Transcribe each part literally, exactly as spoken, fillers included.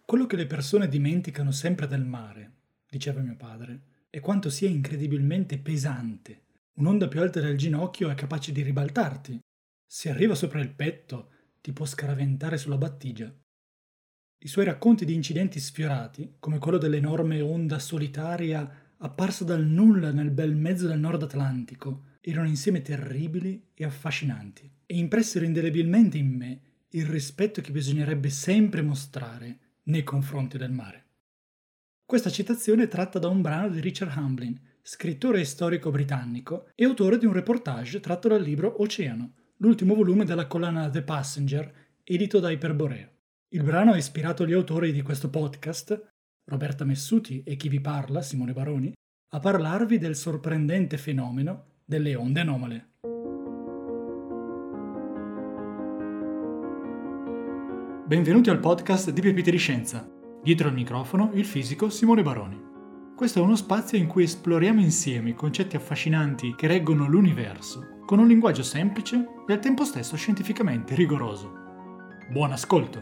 Quello che le persone dimenticano sempre del mare, diceva mio padre, è quanto sia incredibilmente pesante. Un'onda più alta del ginocchio è capace di ribaltarti. Se arriva sopra il petto, ti può scaraventare sulla battigia. I suoi racconti di incidenti sfiorati, come quello dell'enorme onda solitaria apparsa dal nulla nel bel mezzo del Nord Atlantico, erano insieme terribili e affascinanti, e impressero indelebilmente in me il rispetto che bisognerebbe sempre mostrare nei confronti del mare. Questa citazione è tratta da un brano di Richard Hamblin, scrittore e storico britannico e autore di un reportage tratto dal libro Oceano, l'ultimo volume della collana The Passenger, edito da Iperborea. Il brano ha ispirato gli autori di questo podcast, Roberta Messuti e chi vi parla, Simone Baroni, a parlarvi del sorprendente fenomeno delle onde anomale. Benvenuti al podcast di Pepite di Scienza. Dietro al microfono il fisico Simone Baroni. Questo è uno spazio in cui esploriamo insieme i concetti affascinanti che reggono l'universo, con un linguaggio semplice e al tempo stesso scientificamente rigoroso. Buon ascolto!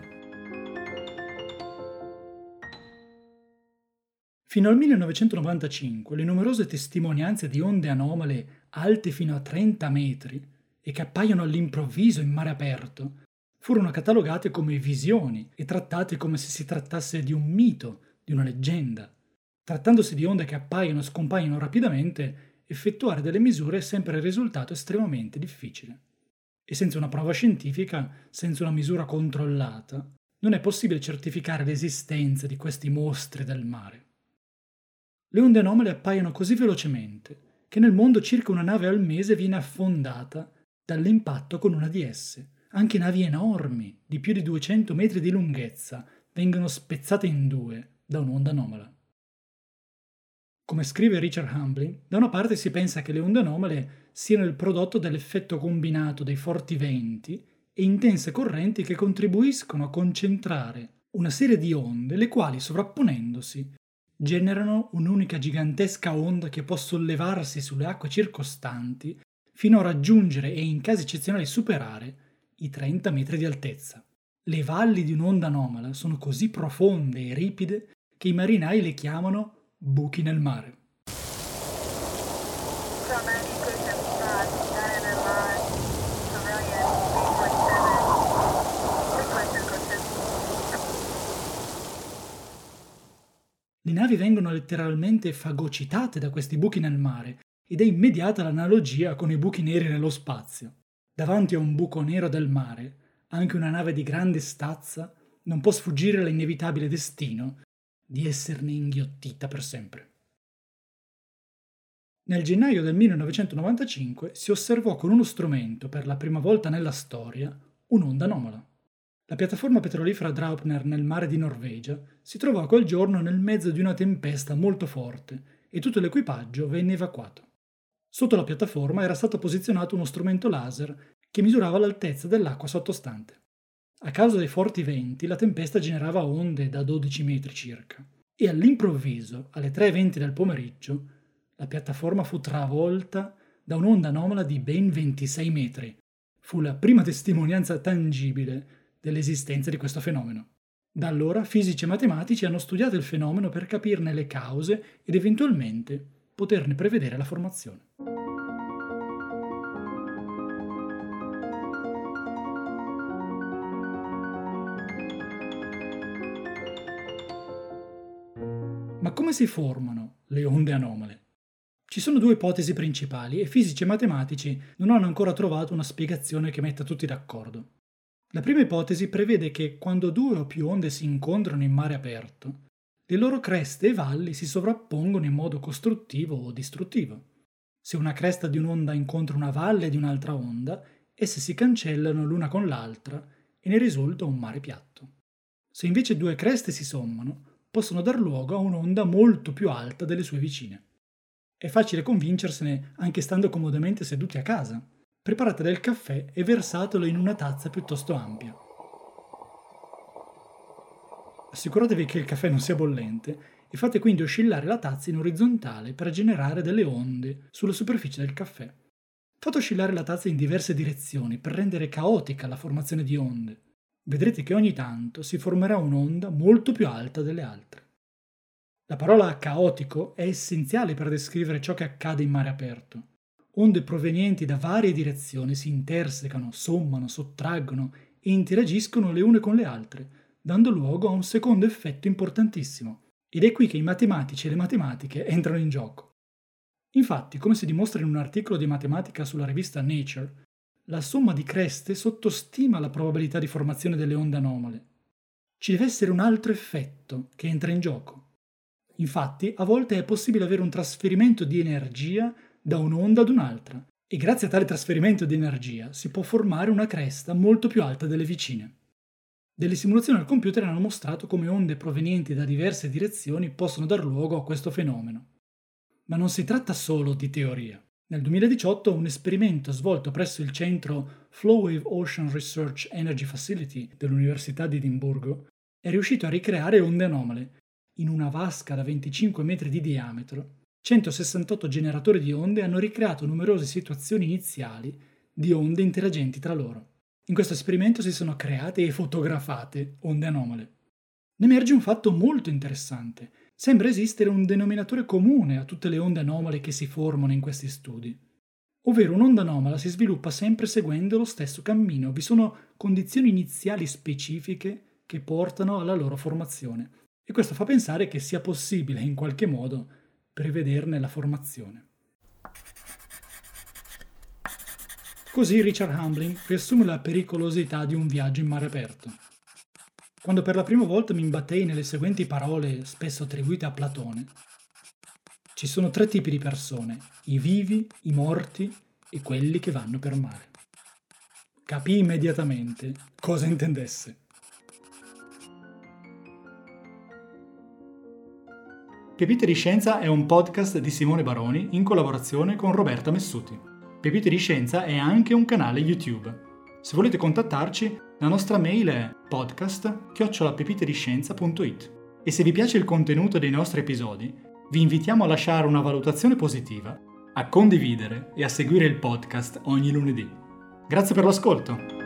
Fino al millenovecentonovantacinque le numerose testimonianze di onde anomale alte fino a trenta metri e che appaiono all'improvviso in mare aperto furono catalogate come visioni e trattate come se si trattasse di un mito, di una leggenda. Trattandosi di onde che appaiono e scompaiono rapidamente, effettuare delle misure è sempre risultato estremamente difficile. E senza una prova scientifica, senza una misura controllata, non è possibile certificare l'esistenza di questi mostri del mare. Le onde anomale appaiono così velocemente che nel mondo circa una nave al mese viene affondata dall'impatto con una di esse. Anche navi enormi, di più di duecento metri di lunghezza, vengono spezzate in due da un'onda anomala. Come scrive Richard Hamblin, da una parte si pensa che le onde anomale siano il prodotto dell'effetto combinato dei forti venti e intense correnti che contribuiscono a concentrare una serie di onde, le quali, sovrapponendosi, generano un'unica gigantesca onda che può sollevarsi sulle acque circostanti fino a raggiungere e in casi eccezionali superare i trenta metri di altezza. Le valli di un'onda anomala sono così profonde e ripide che i marinai le chiamano buchi nel mare. Le navi vengono letteralmente fagocitate da questi buchi nel mare ed è immediata l'analogia con i buchi neri nello spazio. Davanti a un buco nero del mare, anche una nave di grande stazza non può sfuggire all'inevitabile destino di esserne inghiottita per sempre. Nel gennaio del millenovecentonovantacinque si osservò con uno strumento, per la prima volta nella storia, un'onda anomala. La piattaforma petrolifera Draupner nel mare di Norvegia si trovò quel giorno nel mezzo di una tempesta molto forte e tutto l'equipaggio venne evacuato. Sotto la piattaforma era stato posizionato uno strumento laser che misurava l'altezza dell'acqua sottostante. A causa dei forti venti, la tempesta generava onde da dodici metri circa. E all'improvviso, alle tre e venti del pomeriggio, la piattaforma fu travolta da un'onda anomala di ben ventisei metri. Fu la prima testimonianza tangibile dell'esistenza di questo fenomeno. Da allora, fisici e matematici hanno studiato il fenomeno per capirne le cause ed eventualmente poterne prevedere la formazione. Ma come si formano le onde anomale? Ci sono due ipotesi principali e fisici e matematici non hanno ancora trovato una spiegazione che metta tutti d'accordo. La prima ipotesi prevede che quando due o più onde si incontrano in mare aperto, le loro creste e valli si sovrappongono in modo costruttivo o distruttivo. Se una cresta di un'onda incontra una valle di un'altra onda, esse si cancellano l'una con l'altra e ne risulta un mare piatto. Se invece due creste si sommano, possono dar luogo a un'onda molto più alta delle sue vicine. È facile convincersene anche stando comodamente seduti a casa. Preparate del caffè e versatelo in una tazza piuttosto ampia. Assicuratevi che il caffè non sia bollente e fate quindi oscillare la tazza in orizzontale per generare delle onde sulla superficie del caffè. Fate oscillare la tazza in diverse direzioni per rendere caotica la formazione di onde. vedrete che ogni tanto si formerà un'onda molto più alta delle altre. La parola caotico è essenziale per descrivere ciò che accade in mare aperto. Onde provenienti da varie direzioni si intersecano, sommano, sottraggono e interagiscono le une con le altre, dando luogo a un secondo effetto importantissimo. Ed è qui che i matematici e le matematiche entrano in gioco. Infatti, come si dimostra in un articolo di matematica sulla rivista Nature, la somma di creste sottostima la probabilità di formazione delle onde anomale. Ci deve essere un altro effetto che entra in gioco. Infatti, a volte è possibile avere un trasferimento di energia da un'onda ad un'altra, e grazie a tale trasferimento di energia si può formare una cresta molto più alta delle vicine. Delle simulazioni al computer hanno mostrato come onde provenienti da diverse direzioni possono dar luogo a questo fenomeno. Ma non si tratta solo di teoria. Nel duemiladiciotto un esperimento svolto presso il centro Flow Wave Ocean Research Energy Facility dell'Università di Edimburgo è riuscito a ricreare onde anomale. In una vasca da venticinque metri di diametro, centosessantotto generatori di onde hanno ricreato numerose situazioni iniziali di onde interagenti tra loro. In questo esperimento si sono create e fotografate onde anomale. Ne emerge un fatto molto interessante. Sembra esistere un denominatore comune a tutte le onde anomale che si formano in questi studi. Ovvero un'onda anomala si sviluppa sempre seguendo lo stesso cammino, vi sono condizioni iniziali specifiche che portano alla loro formazione. E questo fa pensare che sia possibile in qualche modo prevederne la formazione. Così Richard Hamblin riassume la pericolosità di un viaggio in mare aperto. Quando per la prima volta mi imbattei nelle seguenti parole spesso attribuite a Platone: ci sono tre tipi di persone, i vivi, i morti e quelli che vanno per mare. Capii immediatamente cosa intendesse. Pepite di Scienza è un podcast di Simone Baroni in collaborazione con Roberta Messuti. Pepite di Scienza è anche un canale YouTube. Se volete contattarci, la nostra mail è podcast chiocciola pepitediscienza punto it e se vi piace il contenuto dei nostri episodi, vi invitiamo a lasciare una valutazione positiva, a condividere e a seguire il podcast ogni lunedì. Grazie per l'ascolto!